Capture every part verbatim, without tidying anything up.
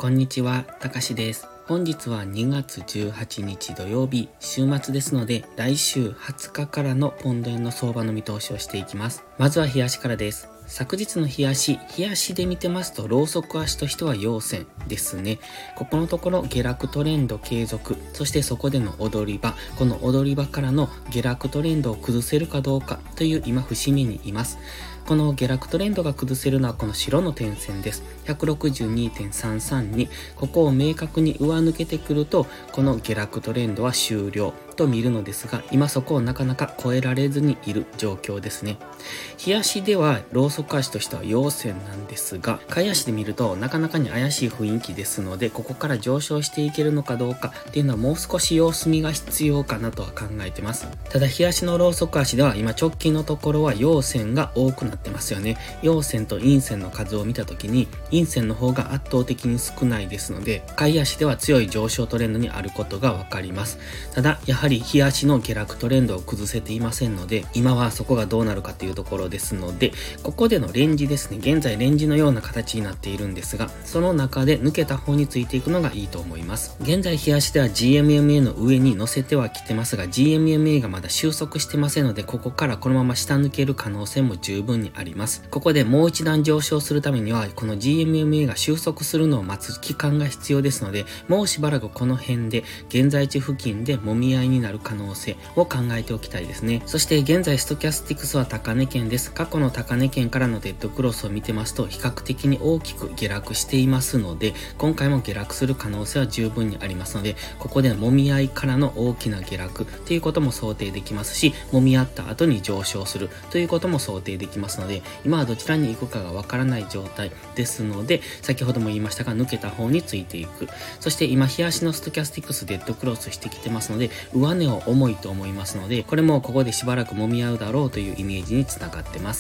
こんにちは、たかしです。本日はにがつじゅうはちにち土曜日、週末ですので、来週はつかからのポンド円の相場の見通しをしていきます。まずは冷やしからです。昨日の冷やし、冷やしで見てますと、ローソク足としては陽線ですね。ここのところ下落トレンド継続、そしてそこでの踊り場、この踊り場からの下落トレンドを崩せるかどうかという今節目にいます。この下落トレンドが崩せるのはこの白の点線です。ひゃくろくじゅうにてんさんさんに、ここを明確に上抜けてくると、この下落トレンドは終了と見るのですが、今そこをなかなか超えられずにいる状況ですね。日足ではローソク足としては陽線なんですが、買い足で見るとなかなかに怪しい雰囲気ですので、ここから上昇していけるのかどうかっていうのはもう少し様子見が必要かなとは考えてます。ただ日足のローソク足では今直近のところは陽線が多くなってますよね。陽線と陰線の数を見たときに陰線の方が圧倒的に少ないですので、買い足では強い上昇トレンドにあることがわかります。ただやはり日足の下落トレンドを崩せていませんので、今はそこがどうなるかというところですので、ここでのレンジですね。現在レンジのような形になっているんですが、その中で抜けた方についていくのがいいと思います。現在日足では ジーエムエムエー の上に乗せてはきてますが、 ジーエムエムエー がまだ収束してませんので、ここからこのまま下抜ける可能性も十分にあります。ここでもう一段上昇するためには、この ジーエムエムエー が収束するのを待つ期間が必要ですので、もうしばらくこの辺で現在地付近で揉み合いになる可能性を考えておきたいですね。そして現在ストキャスティクスは高値圏です。過去の高値圏からのデッドクロスを見てますと、比較的に大きく下落していますので、今回も下落する可能性は十分にありますので、ここでの揉み合いからの大きな下落ということも想定できますし、揉み合った後に上昇するということも想定できますので、今はどちらに行くかがわからない状態ですので、先ほども言いましたが抜けた方についていく。そして今日足のストキャスティクスデッドクロスしてきてますので、上値は重いと思いますので、これもここでしばらく揉み合うだろうというイメージにつながってます。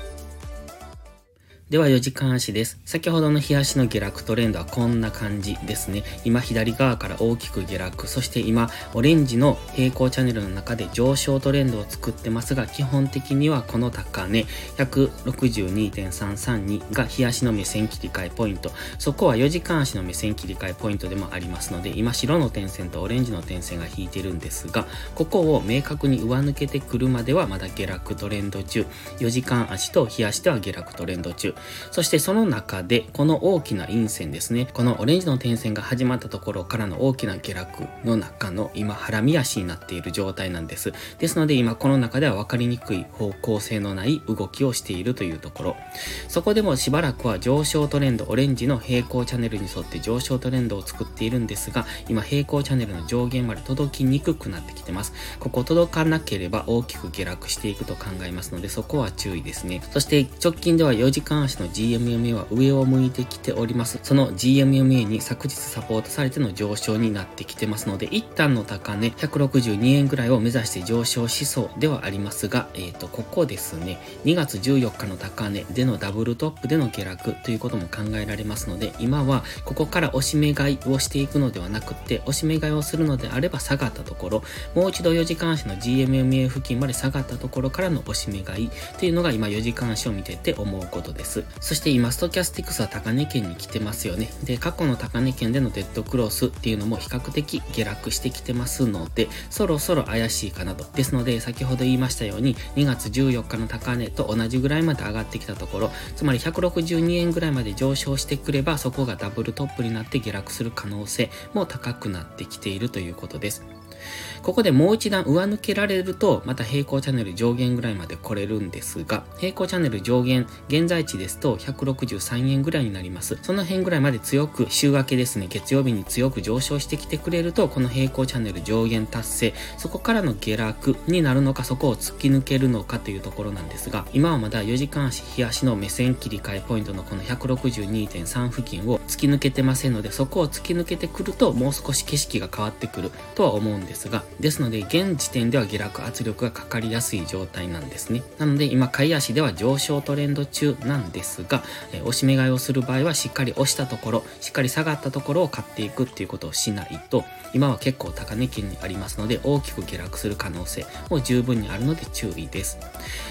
ではよじかん足です。先ほどの日足の下落トレンドはこんな感じですね。今左側から大きく下落、そして今オレンジの平行チャンネルの中で上昇トレンドを作ってますが、基本的にはこの高値 ひゃくろくじゅうにてんさんさんに が日足の目線切り替えポイント。そこはよじかん足の目線切り替えポイントでもありますので、今白の点線とオレンジの点線が引いてるんですが、ここを明確に上抜けてくるまではまだ下落トレンド中。よじかん足と日足では下落トレンド中。そしてその中でこの大きな陰線ですね、このオレンジの点線が始まったところからの大きな下落の中の今ハラミ足になっている状態なんです。ですので今この中では分かりにくい方向性のない動きをしているというところ、そこでもしばらくは上昇トレンド、オレンジの平行チャンネルに沿って上昇トレンドを作っているんですが、今平行チャンネルの上限まで届きにくくなってきてます。ここ届かなければ大きく下落していくと考えますので、そこは注意ですね。そして直近ではよじかん足の ジーエムエムエー は上を向いてきております。その ジーエムエムエー に昨日サポートされての上昇になってきてますので、一旦の高値ひゃくろくじゅうにえんぐらいを目指して上昇しそうではありますが、えっと、ここですね、にがつじゅうよっかの高値でのダブルトップでの下落ということも考えられますので、今はここから押し目買いをしていくのではなくて、押し目買いをするのであれば下がったところ、もう一度よじかん足の ジーエムエムエー 付近まで下がったところからの押し目買いというのが今よじかん足を見てて思うことです。そして今ストキャスティクスは高値圏に来てますよね。で、過去の高値圏でのデッドクロスっていうのも比較的下落してきてますので、そろそろ怪しいかなと。ですので、先ほど言いましたように、にがつじゅうよっかの高値と同じぐらいまで上がってきたところ、つまりひゃくろくじゅうにえんぐらいまで上昇してくれば、そこがダブルトップになって下落する可能性も高くなってきているということです。ここでもう一段上抜けられると、また平行チャンネル上限ぐらいまで来れるんですが、平行チャンネル上限、現在地ですとひゃくろくじゅうさんえんぐらいになります。その辺ぐらいまで強く、週明けですね、月曜日に強く上昇してきてくれると、この平行チャンネル上限達成、そこからの下落になるのか、そこを突き抜けるのかというところなんですが、今はまだよじかん足、日足の目線切り替えポイントのこの ひゃくろくじゅうにてんさん 付近を突き抜けてませんので、そこを突き抜けてくると、もう少し景色が変わってくるとは思うんですが、ですので現時点では下落圧力がかかりやすい状態なんですね。なので今買い足では上昇トレンド中なんですが、えー、押し目買いをする場合はしっかり押したところ、しっかり下がったところを買っていくっていうことをしないと、今は結構高値圏にありますので大きく下落する可能性も十分にあるので注意です。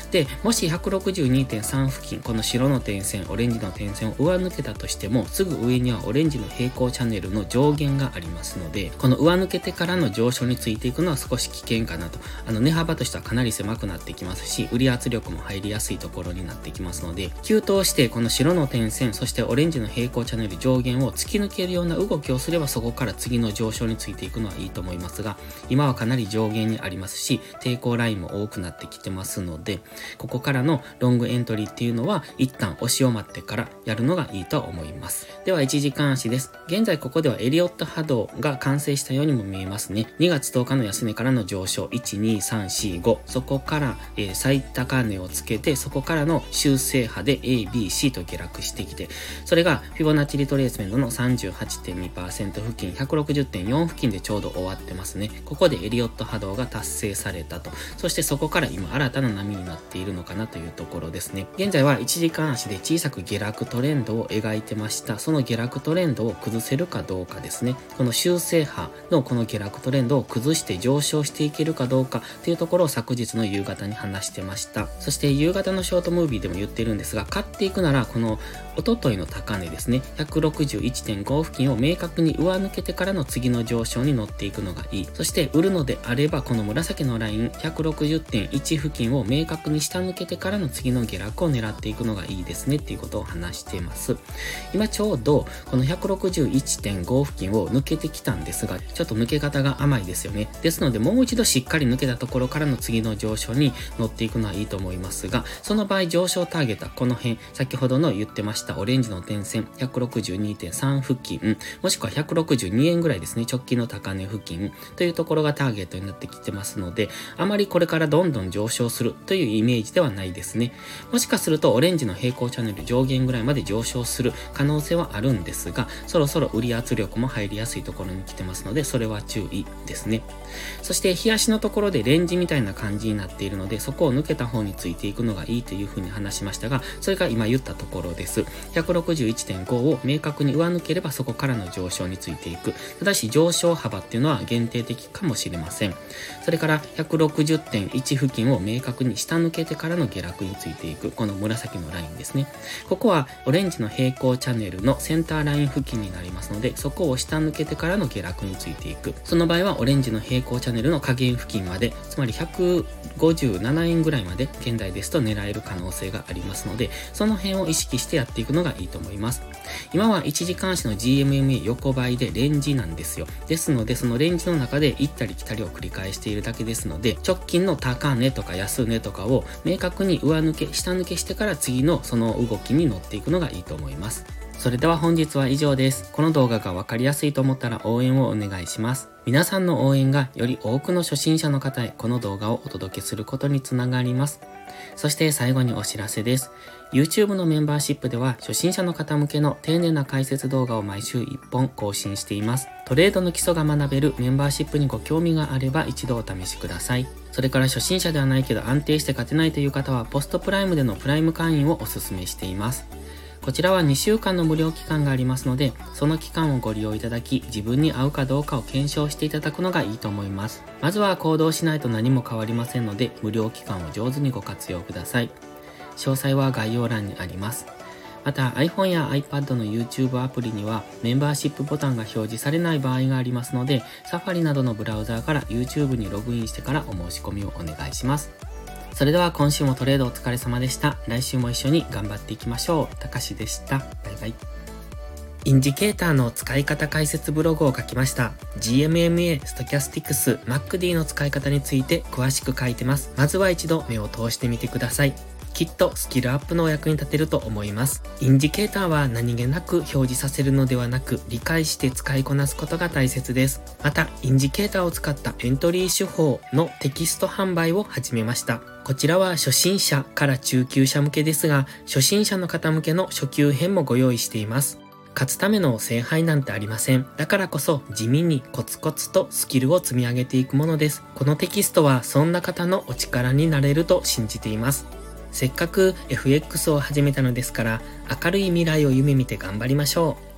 で、もし ひゃくろくじゅうにてんさん 付近、この白の点線、オレンジの点線を上抜けたとしても、すぐ上にはオレンジの平行チャンネルの上限がありますので、この上抜けてからの上昇についていくのは少し危険かなと。あの値幅としてはかなり狭くなってきますし、売り圧力も入りやすいところになってきますので、急騰してこの白の点線、そしてオレンジの平行チャンネル上限を突き抜けるような動きをすれば、そこから次の上昇についていくのはいいと思いますが、今はかなり上限にありますし、抵抗ラインも多くなってきてますので、ここからのロングエントリーっていうのは一旦押しを待ってからやるのがいいと思います。ではいちじかん足です。現在ここではエリオット波動が完成したようにも見えますね。にがつとおかの安値からの上昇、いち、に、さん、よん、ご。そこから、えー、最高値をつけて、そこからの修正波で A、B、C と下落してきて、それがフィボナッチリトレースメントの さんじゅうはちてんにパーセント 付近、ひゃくろくじゅってんよん 付近でちょうど終わってますね。ここでエリオット波動が達成されたと。そしてそこから今新たな波になっているのかなというところですね。現在はいちじかん足で小さく下落トレンドを描いてました。その下落トレンドを崩せるかどうかですね。この修正波のこの下落トレンドを崩して上昇していけるかどうかというところを昨日の夕方に話してました。そして夕方のショートムービーでも言ってるんですが、買っていくならこの一昨日の高値ですね、ひゃくろくじゅういってんご 付近を明確に上抜けてからの次の上昇に乗っていくのがいい。そして売るのであればこの紫のライン ひゃくろくじゅってんいち 付近を明確に下抜けてからの次の下落を狙っていくのがいいですねっていうことを話しています。今ちょうどこの ひゃくろくじゅういってんご 付近を抜けてきたんですが、ちょっと抜け方が甘いですよね。ですのでもう一度しっかり抜けたところからの次の上昇に乗っていくのはいいと思いますが、その場合上昇ターゲットはこの辺、先ほどの言ってましたオレンジの点線 ひゃくろくじゅうにてんさん 付近、もしくはひゃくろくじゅうにえんぐらいですね、直近の高値付近というところがターゲットになってきてますので、あまりこれからどんどん上昇するというイメージではないですね。もしかするとオレンジの平行チャンネル上限ぐらいまで上昇する可能性はあるんですが、そろそろ売り圧力も入りやすいところに来てますので、それは注意ですね。そして日足のところでレンジみたいな感じになっているので、そこを抜けた方についていくのがいいというふうに話しましたが、それが今言ったところです。ひゃくろくじゅういってんご を明確に上抜ければそこからの上昇についていく。ただし上昇幅っていうのは限定的かもしれません。それからひゃくろくじゅってんいち 付近を明確に下抜けてからの下落についていく。この紫のラインですね。ここはオレンジの平行チャンネルのセンターライン付近になりますので、そこを下抜けてからの下落についていく。その場合はオレンジの平行チャンネルの下限付近まで、つまりひゃくごじゅうななえんぐらいまで現在ですと狙える可能性がありますので、その辺を意識してやっていくのがいいと思います。今はいちじかん足の ジーエムエムエー 横ばいでレンジなんですよ。ですのでそのレンジの中で行ったり来たりを繰り返しているだけですので、直近の高値とか安値とかを明確に上抜け下抜けしてから次のその動きに乗っていくのがいいと思います。それでは本日は以上です。この動画がわかりやすいと思ったら応援をお願いします。皆さんの応援がより多くの初心者の方へこの動画をお届けすることにつながります。そして最後にお知らせです。YouTube のメンバーシップでは初心者の方向けの丁寧な解説動画を毎週いっぽん更新しています。トレードの基礎が学べるメンバーシップにご興味があれば一度お試しください。それから初心者ではないけど安定して勝てないという方はポストプライムでのプライム会員をお勧めしています。こちらはにしゅうかんの無料期間がありますので、その期間をご利用いただき、自分に合うかどうかを検証していただくのがいいと思います。まずは行動しないと何も変わりませんので、無料期間を上手にご活用ください。詳細は概要欄にあります。また iPhone や iPad の YouTube アプリにはメンバーシップボタンが表示されない場合がありますので、Safari などのブラウザーから YouTube にログインしてからお申し込みをお願いします。それでは今週もトレードお疲れ様でした。来週も一緒に頑張っていきましょう。たかしでした。バイバイ。インジケーターの使い方解説ブログを書きました。ジーエムエムエー、ストキャスティクス、マックディ の使い方について詳しく書いてます。まずは一度目を通してみてください。きっとスキルアップのお役に立てると思います。インジケーターは何気なく表示させるのではなく、理解して使いこなすことが大切です。また、インジケーターを使ったエントリー手法のテキスト販売を始めました。こちらは初心者から中級者向けですが、初心者の方向けの初級編もご用意しています。勝つための聖杯なんてありません。だからこそ地味にコツコツとスキルを積み上げていくものです。このテキストはそんな方のお力になれると信じています。せっかく エフエックス を始めたのですから、明るい未来を夢見て頑張りましょう。